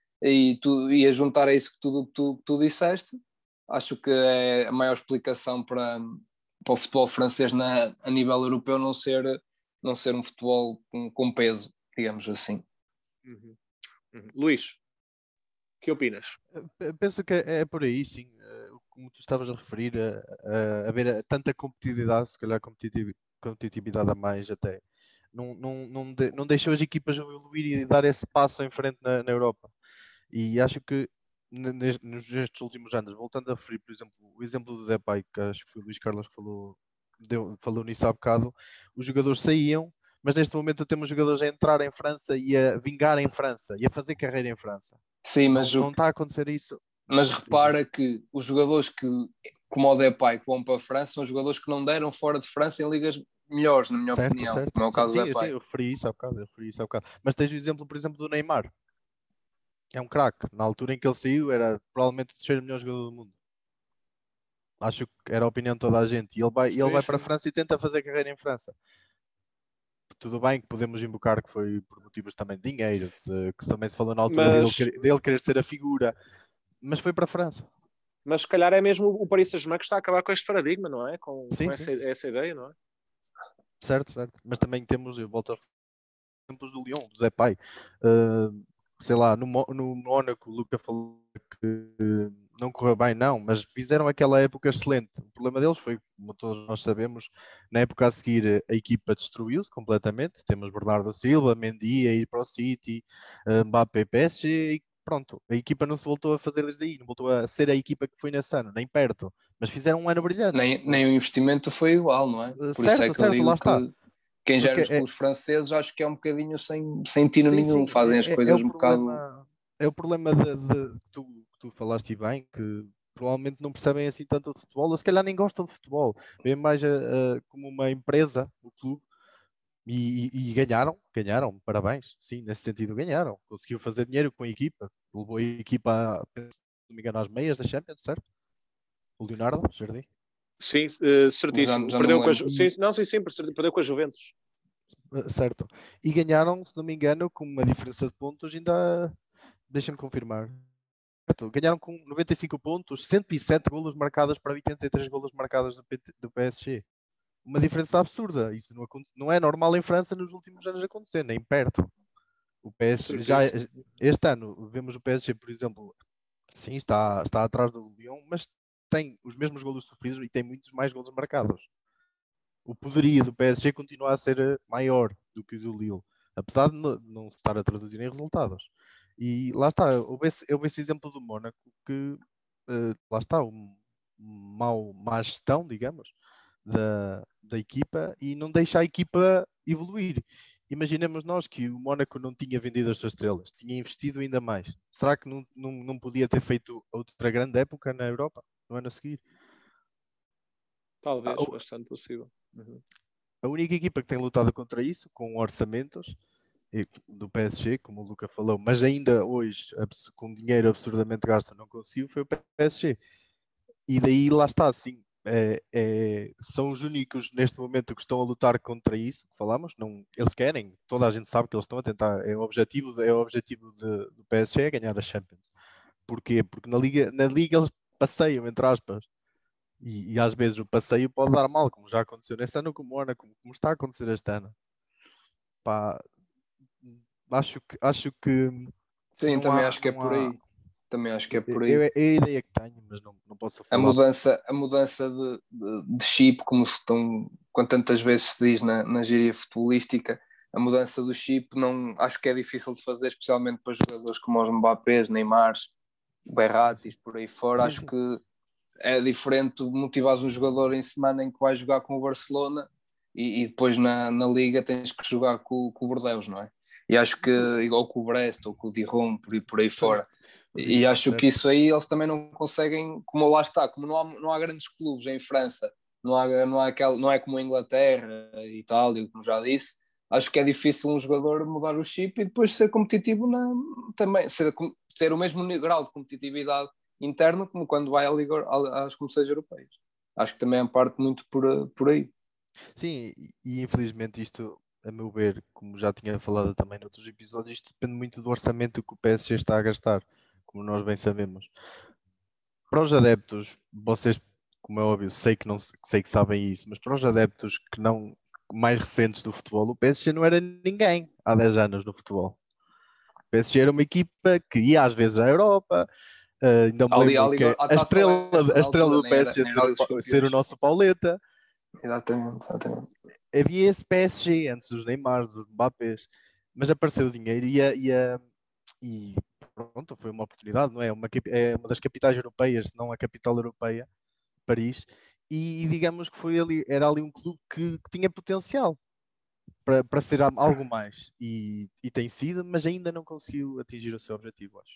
e, tu, e a juntar a isso que tu, que tu, que tu disseste, acho que é a maior explicação para, para o futebol francês na, a nível europeu não ser, não ser um futebol com, com peso, digamos assim. Uhum. Uhum. Luís, que opinas? Penso que é, é por aí, sim. Como tu estavas a referir, a, a haver tanta competitividade, se calhar competitividade, competitividade a mais até, não, não, não, de, não deixou as equipas evoluir e dar esse passo em frente na, na Europa. E acho que nestes últimos anos, voltando a referir, por exemplo, o exemplo do Depay, que acho que foi o Luís Carlos que falou, deu, falou nisso há bocado, os jogadores saíam, mas neste momento temos jogadores a entrar em França e a vingar em França e a fazer carreira em França. Sim, Não, mas, não o, está a acontecer isso. mas repara que os jogadores que, como o Depay, que vão para a França, são jogadores que não deram fora de França em ligas melhores, na minha Certo, opinião, certo. como é o Sim, caso do sim, sim, Depay. eu referi isso há bocado, eu referi isso há bocado. Mas tens o exemplo, por exemplo, do Neymar. É um craque. Na altura em que ele saiu, era provavelmente o terceiro melhor jogador do mundo. Acho que era a opinião de toda a gente. E ele vai, ele Sim, vai para a sim. França e tenta fazer carreira em França. Tudo bem que podemos invocar que foi por motivos também de dinheiro, de, que também se falou na altura dele, Mas, dele querer ser a figura, mas foi para a França. mas se calhar é mesmo o Paris Saint-Germain que está a acabar com este paradigma, não é? Com, com Sim, sim, essa, sim. essa ideia, não é? Certo, certo. Mas também temos, eu volto a exemplos do Lyon, do Depay. Uh, sei lá, no, no Mónaco, o Luca falou que uh, não correu bem, não, mas fizeram aquela época excelente. O problema deles foi como todos nós sabemos, na época a seguir a equipa destruiu-se completamente. Temos Bernardo Silva, Mendy a ir para o City, Mbappé, P S G e pronto. A equipa não se voltou a fazer desde aí, não voltou a ser a equipa que foi nesse ano, nem perto. Mas fizeram um ano brilhante. Nem, nem o investimento foi igual, não é? Por certo, isso é que certo, eu digo lá está. que quem gera Porque os é- clubes franceses acho que é um bocadinho sem, sem tino Sim, nenhum, sim, fazem é, as é- coisas é o um bocado... problema, é o problema de, de- que, tu, que tu falaste bem, que provavelmente não percebem assim tanto de futebol, ou se calhar nem gostam de futebol, vêem mais a- a- como uma empresa, o clube, e, e- e ganharam, ganharam, parabéns, sim, nesse sentido ganharam, conseguiu fazer dinheiro com a equipa, levou a equipa, a, se não me engano, às meias da Champions, certo? O Leonardo Jardim. Sim, eh, Já, certíssimo. já não Perdeu me com a, lembro. Ju- sim, não, sim, sim, perdeu com a Juventus. Uh, Certo. E ganharam, se não me engano, com uma diferença de pontos, ainda. Deixa-me confirmar. Certo, ganharam com noventa e cinco pontos, cento e sete golos marcados para oitenta e três golos marcados do, P T do P S G. Uma diferença absurda. Isso não, acon- não é normal em França nos últimos anos acontecer, nem perto. O P S G, já, Certíssimo. este ano, vemos o P S G, por exemplo, sim, está, está atrás do Lyon, mas tem os mesmos golos sofridos e tem muitos mais golos marcados. O poderio do P S G continua a ser eh, maior do que o do Lille, apesar de não, não estar a traduzir em resultados. E lá está, houve esse, houve esse exemplo do Mónaco que eh, lá está, um mau, má gestão, digamos, da, da equipa e não deixa a equipa evoluir. Imaginemos nós que o Mónaco não tinha vendido as suas estrelas, tinha investido ainda mais. Será que não, não, não podia ter feito outra grande época na Europa no ano a seguir? Talvez, Ah, bastante possível. Uhum. A única equipa que tem lutado contra isso, com orçamentos e do P S G, como o Luca falou, mas ainda hoje, abs- com dinheiro absurdamente gasto, não conseguiu, foi o P S G. E daí lá está, assim, é, é- são os únicos neste momento que estão a lutar contra isso, que falamos, não, eles querem, toda a gente sabe que eles estão a tentar, é o objetivo, de- é o objetivo de- do P S G é ganhar a Champions. Porquê? Porque na Liga, na Liga eles passeiam, entre aspas, e, e às vezes o passeio pode dar mal, como já aconteceu neste ano com o Mónaco, como, como está a acontecer este ano. Pá, acho que, acho que Sim, não também há, acho que é não por há. aí. Também acho que é É, por é, aí. é a ideia que tenho, mas não, não posso A falar. mudança, a mudança de, de, de chip, como se estão, quando tantas vezes se diz na, na gíria futebolística, a mudança do chip não, acho que é difícil de fazer, especialmente para jogadores como os Mbappés, Neymars, Sim, sim. Berratis, por aí fora. Sim, Acho sim. que é diferente motivares um jogador em semana em que vai jogar com o Barcelona e, e depois na, na Liga tens que jogar com, com o Bordeaux, não é? E acho que, ou com o Brest, ou com o Dijon, por aí, por aí Pois, fora. o E Dijon, acho que certo. isso aí eles também não conseguem, como lá está, como não há, não há grandes clubes em França, não, há, não, há aquela, não é como a Inglaterra, Itália, como já disse, acho que é difícil um jogador mudar o chip e depois ser competitivo na, também, ser, ter o mesmo grau de competitividade interno como quando vai à Liga, às competições europeias. Acho que também é parte muito por, por aí. Sim, e, e infelizmente isto, a meu ver, como já tinha falado também noutros episódios, isto depende muito do orçamento que o P S G está a gastar, como nós bem sabemos. Para os adeptos, vocês, como é óbvio, sei que não sei que sabem isso, mas para os adeptos que não mais recentes do futebol, o P S G não era ninguém há dez anos no futebol. O P S G era uma equipa que ia às vezes à Europa. Uh, ainda me Ali, lembro ali, que a a Taça estrela, Leste a na estrela altura do nem era, P S G nem era ser ali dos o, ser o campeões. nosso Pauleta. Exatamente, exatamente. Havia esse P S G antes dos Neymars, dos Mbappés, mas apareceu o dinheiro e, a, e, a, e pronto, foi uma oportunidade, não é? Uma, é uma das capitais europeias, se não a capital europeia, Paris, e, e digamos que foi ali, era ali um clube que, que tinha potencial para, para ser algo mais e, e tem sido, mas ainda não conseguiu atingir o seu objetivo, acho.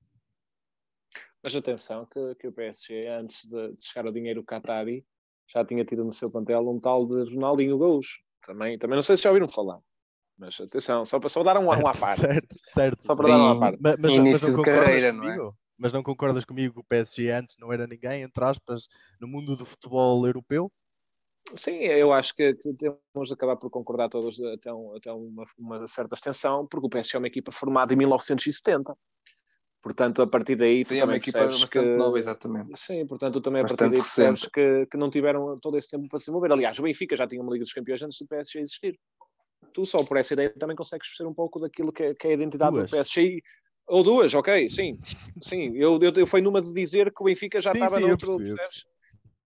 Mas atenção que, que o P S G, antes de, de chegar ao dinheiro Qatari, já tinha tido no seu plantel um tal de Ronaldinho Gaúcho. Também, também não sei se já ouviram falar. Mas atenção, só para só dar um, um à parte. Certo, certo, Só certo. para dar um à Em, parte. Mas, mas, não, mas início não de concordas carreira, não é? comigo? Mas não concordas comigo que o P S G antes não era ninguém, entre aspas, no mundo do futebol europeu? Sim, eu acho que, que temos de acabar por concordar todos até, um, até uma, uma certa extensão, porque o P S G é uma equipa formada em mil novecentos e setenta. Portanto, a partir daí tu Sim, é uma também equipa percebes que... bastante nova, exatamente. Sim, portanto, tu também a partir Bastante daí percebes recente. que, que não tiveram todo esse tempo para se mover. Aliás, o Benfica já tinha uma Liga dos Campeões antes do P S G existir. Tu só por essa ideia também consegues perceber um pouco daquilo que é, que é a identidade Duas. do P S G. Ou duas, ok, sim. Sim, eu, eu, eu fui numa de dizer que o Benfica já Sim, estava sim, eu noutro... percebi, eu percebes?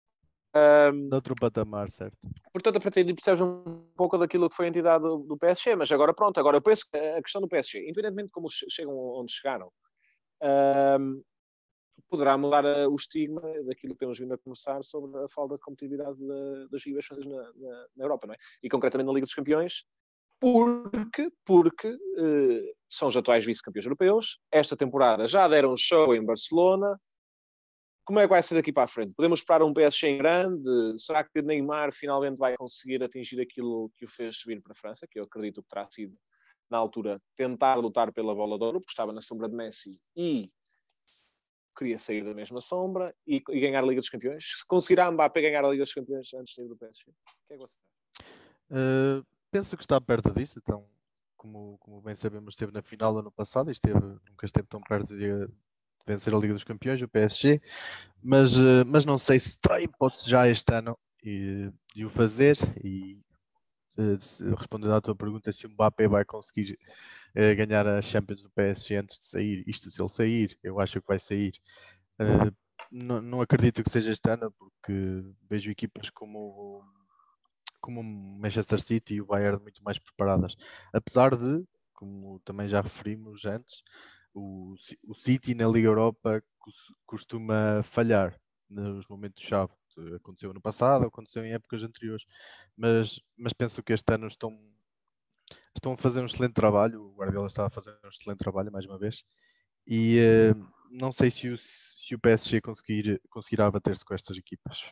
Um, Noutro patamar, certo? portanto, a partir daí percebes um pouco daquilo que foi a entidade do, do P S G, mas agora pronto, agora eu penso que a questão do P S G, independentemente de como chegam onde chegaram, um, poderá mudar o estigma daquilo que temos vindo a conversar sobre a falta de competitividade da, das equipas francesas na, na, na Europa, não é? E concretamente na Liga dos Campeões, porque, porque eh, são os atuais vice-campeões europeus, esta temporada já deram um show em Barcelona. Como é que vai ser daqui para a frente? Podemos esperar um P S G em grande? Será que Neymar finalmente vai conseguir atingir aquilo que o fez subir para a França? Que eu acredito que terá sido, na altura, tentar lutar pela bola de ouro, porque estava na sombra de Messi e queria sair da mesma sombra e, e ganhar a Liga dos Campeões. Se conseguirá Mbappé ganhar a Liga dos Campeões antes de sair do P S G? O que é que você acha? Uh, penso que está perto disso, então, como, como bem sabemos, esteve na final ano passado e esteve, nunca esteve tão perto de vencer a Liga dos Campeões, o P S G, mas, uh, mas não sei se tem hipótese já este ano e, de o fazer. E uh, respondendo à tua pergunta, se o Mbappé vai conseguir uh, ganhar a Champions do P S G antes de sair, isto se ele sair, eu acho que vai sair. Uh, não, não acredito que seja este ano, porque vejo equipas como como o Manchester City e o Bayern muito mais preparadas. Apesar de, como também já referimos antes, o, o City na Liga Europa costuma falhar nos momentos-chave. Aconteceu no passado, aconteceu em épocas anteriores, mas, mas penso que este ano estão, estão a fazer um excelente trabalho. O Guardiola está a fazer um excelente trabalho, mais uma vez, e uh, não sei se o, se o P S G conseguir, conseguirá bater-se com estas equipas.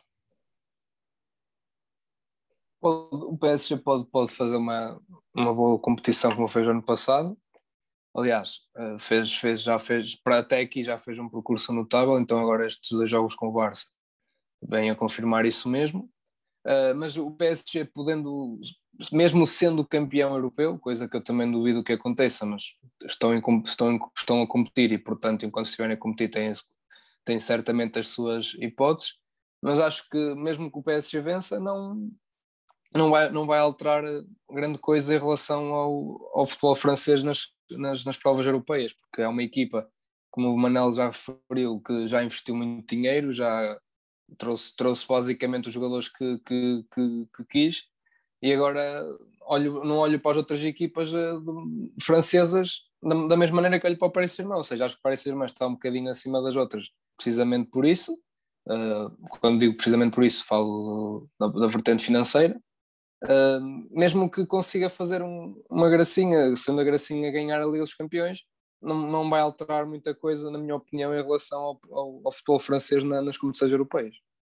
O P S G pode, pode fazer uma, uma boa competição como fez ano passado. Aliás, fez, fez, já fez, para até aqui já fez um percurso notável, então agora estes dois jogos com o Barça vêm a confirmar isso mesmo. Mas o P S G podendo, mesmo sendo campeão europeu, coisa que eu também duvido que aconteça, mas estão, em, estão, em, estão a competir e, portanto, enquanto estiverem a competir têm, têm certamente as suas hipóteses, mas acho que mesmo que o P S G vença, não... Não vai, não vai alterar grande coisa em relação ao, ao futebol francês nas, nas, nas provas europeias, porque é uma equipa, como o Manel já referiu, que já investiu muito dinheiro, já trouxe, trouxe basicamente os jogadores que, que, que, que quis, e agora olho, não olho para as outras equipas uh, francesas da, da mesma maneira que olho para o Paris Saint-Germain, ou seja, acho que o Paris Saint-Germain está um bocadinho acima das outras, precisamente por isso. Uh, quando digo precisamente por isso, falo da, da vertente financeira. Uh, mesmo que consiga fazer um, uma gracinha, sendo a gracinha ganhar a Liga dos Campeões, não, não vai alterar muita coisa, na minha opinião, em relação ao, ao, ao futebol francês na, nas competições europeias.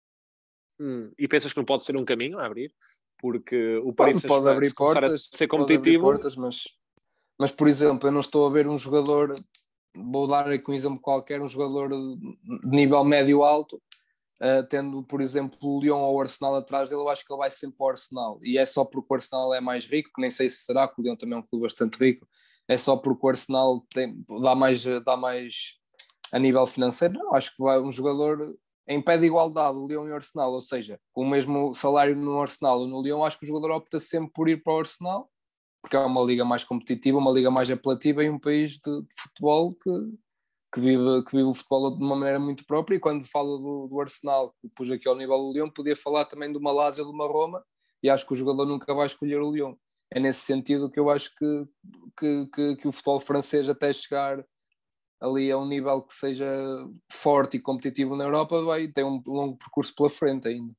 Hum, e pensas que não pode ser um caminho a abrir? Porque o Paris pode, pode abrir portas, a ser competitivo, pode abrir portas, mas, mas por exemplo, eu não estou a ver um jogador, vou dar aqui um exemplo qualquer, um jogador de nível médio-alto, Uh, tendo, por exemplo, o Lyon ou o Arsenal atrás dele, eu acho que ele vai sempre para o Arsenal. E é só porque o Arsenal é mais rico, que nem sei se será, que o Lyon também é um clube bastante rico, é só porque o Arsenal tem, dá, mais, dá mais a nível financeiro. Não, acho que vai um jogador em pé de igualdade, o Lyon e o Arsenal, ou seja, com o mesmo salário no Arsenal ou no Lyon, acho que o jogador opta sempre por ir para o Arsenal, porque é uma liga mais competitiva, uma liga mais apelativa e um país de, de futebol que Que vive, que vive o futebol de uma maneira muito própria. E quando falo do, do Arsenal, que pus aqui ao nível do Lyon, podia falar também de uma Lazio, de uma Roma, e acho que o jogador nunca vai escolher o Lyon. É nesse sentido que eu acho que, que, que, que o futebol francês, até chegar ali a um nível que seja forte e competitivo na Europa, vai ter um longo percurso pela frente ainda.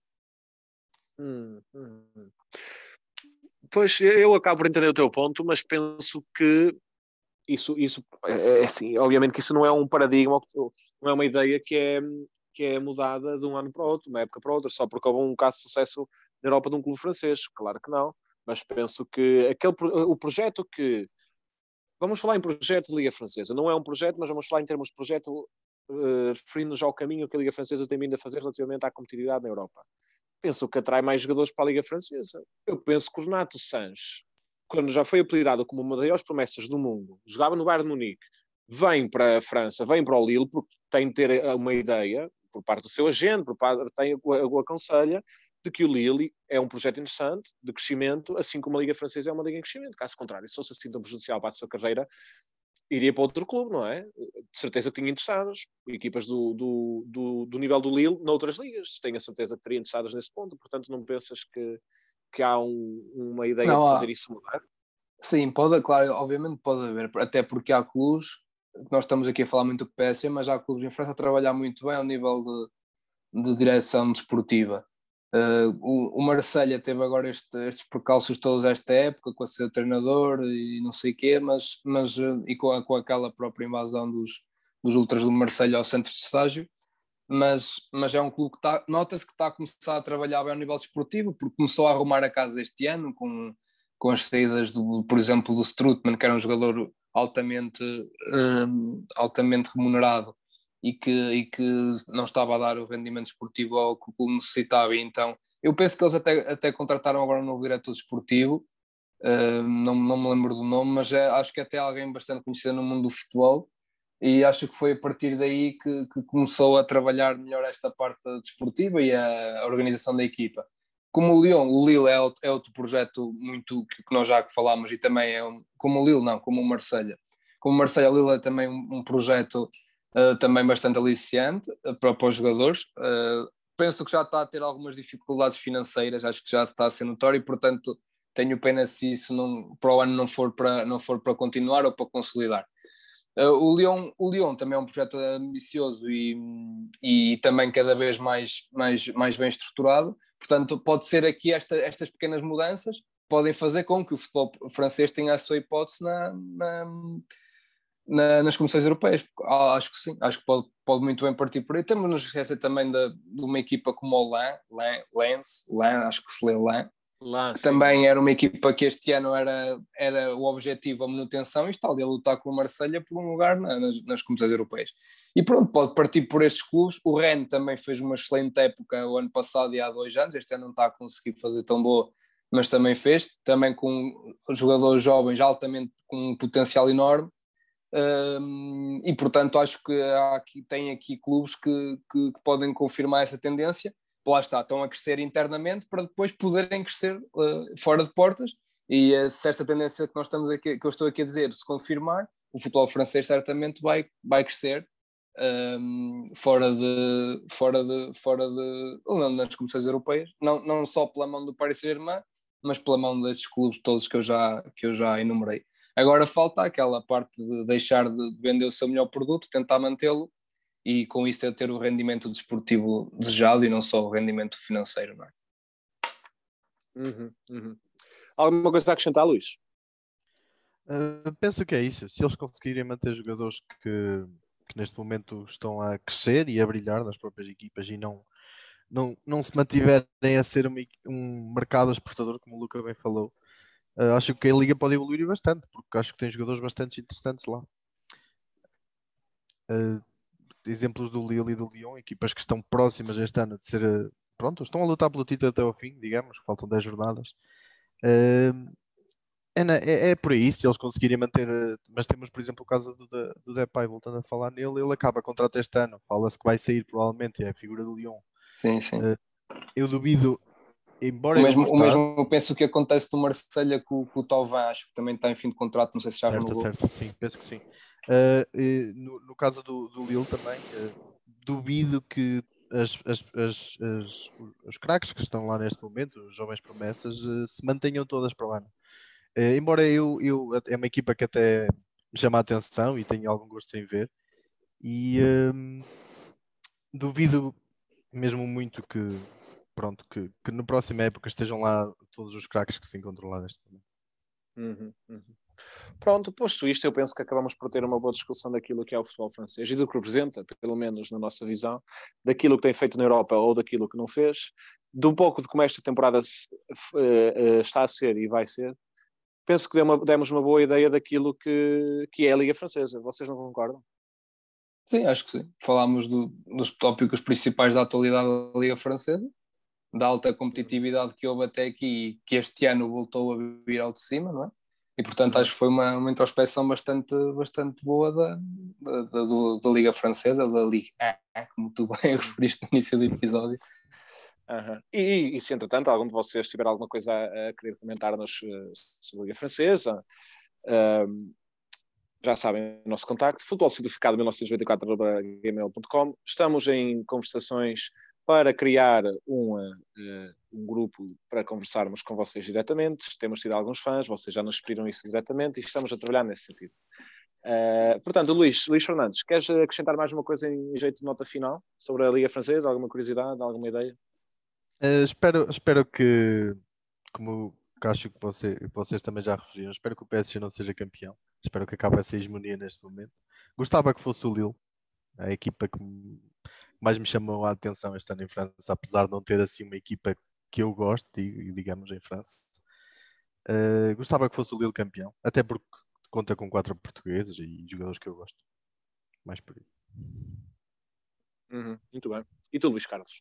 Hum, hum. Pois, eu acabo por entender o teu ponto, mas penso que Isso, isso é assim, obviamente que isso não é um paradigma, não é uma ideia que é, que é mudada de um ano para o outro, uma época para outra, só porque houve um caso de sucesso na Europa de um clube francês, claro que não, mas penso que aquele, o projeto que, vamos falar em projeto de Liga Francesa, não é um projeto, mas vamos falar em termos de projeto, uh, referindo-nos ao caminho que a Liga Francesa tem vindo a fazer relativamente à competitividade na Europa. Penso que atrai mais jogadores para a Liga Francesa. Eu penso que o Renato Sanches, quando já foi apelidado como uma das maiores promessas do mundo, jogava no Bayern de Munique, vem para a França, vem para o Lille, porque tem de ter uma ideia, por parte do seu agente, por parte, tem, o aconselha, de que o Lille é um projeto interessante, de crescimento, assim como a Liga Francesa é uma liga em crescimento. Caso contrário, se fosse assim tão prejudicial para a sua carreira, iria para outro clube, não é? De certeza que tinha interessados. Equipas do, do, do, do nível do Lille noutras ligas. Tenho a certeza que teria interessados nesse ponto. Portanto, não pensas que, que há um, uma ideia não, de há... fazer isso mudar? Sim, pode, claro, obviamente pode haver. Até porque há clubes, nós estamos aqui a falar muito do P S G, mas há clubes em França a trabalhar muito bem ao nível de, de direção desportiva. Uh, o, o Marselha teve agora este, estes percalços todos esta época com o seu treinador e não sei o quê, mas, mas uh, e com, a, com aquela própria invasão dos, dos ultras do Marselha ao centro de estágio, mas, mas é um clube que está, nota-se que está a começar a trabalhar bem ao nível desportivo, porque começou a arrumar a casa este ano com, com as saídas, do, por exemplo, do Strootman, que era um jogador altamente, uh, altamente remunerado, E que, e que não estava a dar o rendimento esportivo ao que o clube necessitava. E então, eu penso que eles até, até contrataram agora um novo diretor desportivo, uh, não, não me lembro do nome, mas é, acho que até alguém bastante conhecido no mundo do futebol, e acho que foi a partir daí que, que começou a trabalhar melhor esta parte desportiva e a, a organização da equipa. Como o Lyon, o Lille é outro, é outro projeto muito que, que nós já falámos, e também é um, como o Lille, não, como o Marselha. Como o Marselha, o Lille é também um, um projeto Uh, também bastante aliciante uh, para, para os jogadores. Uh, penso que já está a ter algumas dificuldades financeiras, acho que já está a ser notório, e portanto tenho pena se isso não, para o ano não for para, não for para continuar ou para consolidar. Uh, o, Lyon, o Lyon também é um projeto ambicioso e, e também cada vez mais, mais, mais bem estruturado, portanto pode ser aqui esta, estas pequenas mudanças podem fazer com que o futebol francês tenha a sua hipótese na, na Na, nas comissões europeias. Ah, acho que sim, acho que pode, pode muito bem partir por aí. Temos nos esquecer também de, de uma equipa como o Lan, Lan, Lens, Lan, acho que se lê Lan, Lá, que sim. também era uma equipa que este ano era, era o objetivo a manutenção, e está ali a lutar com o Marselha por um lugar na, nas, nas comissões europeias. E pronto, pode partir por estes clubes. O Rennes também fez uma excelente época o ano passado e há dois anos, este ano não está a conseguir fazer tão boa, mas também fez, também com jogadores jovens altamente com um potencial enorme. Um, e portanto acho que há aqui, tem aqui clubes que, que, que podem confirmar essa tendência. Lá está, estão a crescer internamente para depois poderem crescer uh, fora de portas, e uh, se esta tendência que nós estamos aqui, que eu estou aqui a dizer, se confirmar, o futebol francês certamente vai, vai crescer um, fora de fora de fora de não, nas competições europeias, não, não só pela mão do Paris Saint-Germain, mas pela mão destes clubes todos que eu já, que eu já enumerei. Agora falta aquela parte de deixar de vender o seu melhor produto, tentar mantê-lo, e com isso é ter o rendimento desportivo desejado e não só o rendimento financeiro, não é? Uhum, uhum. Alguma coisa a acrescentar, Luís? Uh, penso que é isso. Se eles conseguirem manter jogadores que, que neste momento estão a crescer e a brilhar nas próprias equipas e não, não, não se mantiverem a ser um, um mercado exportador, como o Luca bem falou, Uh, acho que a Liga pode evoluir bastante, porque acho que tem jogadores bastante interessantes lá. Uh, exemplos do Lille e do Lyon, equipas que estão próximas este ano de ser. Uh, pronto, estão a lutar pelo título até ao fim, digamos, faltam dez jornadas. Uh, é, na- é, é por aí, se eles conseguirem manter. Uh, mas temos, por exemplo, o caso do, De- do Depay, voltando a falar nele, ele acaba contrato este ano, fala-se que vai sair provavelmente, é a figura do Lyon. Sim, sim. Uh, eu duvido. O Embora eu mesmo, o gostasse. mesmo eu penso que acontece no Marselha com, com o Thauvin, acho que também está em fim de contrato, não sei se já Certo, renovou. certo, sim, penso que sim. Uh, e no, no caso do, do Lille também, uh, duvido que as, as, as, as- os craques que estão lá neste momento, os jovens promessas, uh, se mantenham todas para o ano. Uh, embora eu, eu, é uma equipa que até me chama a atenção e tenho algum gosto em ver, e um, duvido mesmo muito que, pronto, que, que na próxima época estejam lá todos os craques que se encontram lá neste momento. Uhum, uhum. Pronto, posto isto, eu penso que acabamos por ter uma boa discussão daquilo que é o futebol francês e do que representa, pelo menos na nossa visão, daquilo que tem feito na Europa ou daquilo que não fez, de um pouco de como esta temporada se, uh, uh, está a ser e vai ser. Penso que uma, demos uma boa ideia daquilo que, que é a Liga Francesa. Vocês não concordam? Sim, acho que sim. Falámos do, dos tópicos principais da atualidade da Liga Francesa, da alta competitividade que houve até aqui e que este ano voltou a vir ao de cima, não é? E portanto Uhum. acho que foi uma, uma introspeção bastante, bastante boa da, da, da, do- da Liga Francesa, da Liga A, como tu bem referiste no início do episódio. Uhum. E, e se entretanto algum de vocês tiver alguma coisa a, a querer comentar nos, uh, sobre a Liga Francesa, uh, já sabem o nosso contacto, futebolsimplificado mil novecentos e noventa e quatro arroba gmail ponto com. Estamos em conversações para criar um, uh, um grupo para conversarmos com vocês diretamente. Temos tido alguns fãs, vocês já nos pediram isso diretamente e estamos a trabalhar nesse sentido. Uh, portanto, Luís, Luís Fernandes, queres acrescentar mais uma coisa em jeito de nota final sobre a Liga Francesa? Alguma curiosidade, alguma ideia? Uh, espero, espero que, como acho que você, vocês também já referiram, espero que o P S G não seja campeão. Espero que acabe essa hegemonia neste momento. Gostava que fosse o Lille, a equipa que mais me chamou a atenção este ano em França, apesar de não ter assim uma equipa que eu gosto, digamos, em França. Uh, gostava que fosse o Lille campeão, até porque conta com quatro portugueses e jogadores que eu gosto. Mais por aí. Uhum, muito bem. E tu, Luís Carlos?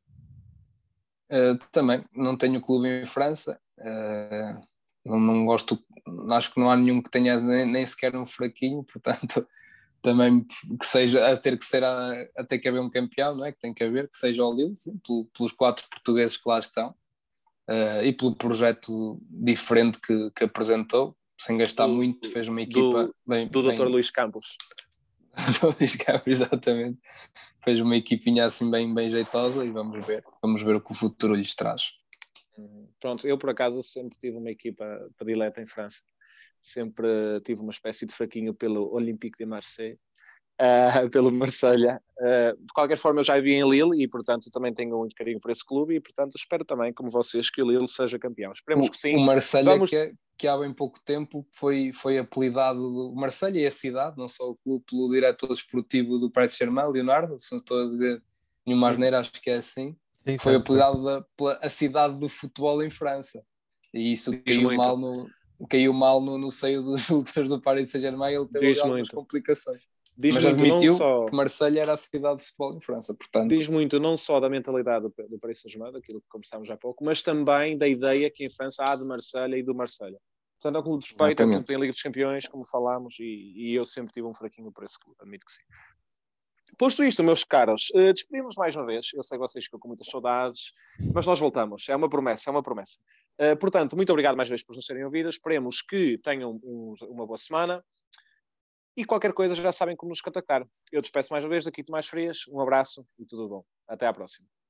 Uh, também, não tenho clube em França. Uh, não, não gosto, acho que não há nenhum que tenha nem, nem sequer um fraquinho, portanto, também que seja a ter que ser a, a ter que haver um campeão, não é? Que tem que haver, que seja o Lille, sim, pelo, pelos quatro portugueses que lá estão uh, e pelo projeto diferente que, que apresentou, sem gastar do, muito, fez uma equipa do, bem. Do bem... doutor Luís Campos. do Luís Campos, exatamente. Fez uma equipinha assim bem, bem jeitosa e vamos ver, vamos ver o que o futuro lhes traz. Pronto, eu por acaso sempre tive uma equipa predileta em França, sempre tive uma espécie de fraquinho pelo Olympique de Marseille, uh, pelo Marselha. Uh, de qualquer forma, eu já vi em Lille e, portanto, também tenho muito carinho por esse clube e, portanto, espero também, como vocês, que o Lille seja campeão. Esperemos o, que sim. O Marselha, Vamos... que, que há bem pouco tempo foi, foi apelidado, o Marselha e a cidade, não só o clube, pelo diretor desportivo do Paris Saint-Germain, Leonardo, se não estou a dizer nenhuma asneira, acho que é assim. Sim, foi certo, apelidado da, pela a cidade do futebol em França. E isso Diz caiu muito. mal, no, caiu mal no, no seio dos ultras do Paris Saint-Germain, ele teve Diz algumas muito. complicações. Diz Mas muito, admitiu só... que Marselha era a cidade de futebol em França, portanto... Diz muito não só da mentalidade do, do Paris Saint-Germain, daquilo que conversámos há pouco, mas também da ideia que em França há de Marselha e do Marselha. Portanto, é um clube de respeito, é um clube que tem a Liga dos Campeões, como falámos, e, e eu sempre tive um fraquinho por esse clube, admito que sim. Posto isto, meus caros, uh, despedimos mais uma vez. Eu sei que vocês ficam com muitas saudades, mas nós voltamos. É uma promessa, é uma promessa. Uh, portanto, muito obrigado mais uma vez por nos terem ouvido. Esperemos que tenham um, uma boa semana. E qualquer coisa já sabem como nos contactar. Eu despeço mais uma vez daqui de Mais Frias. Um abraço e tudo bom. Até à próxima.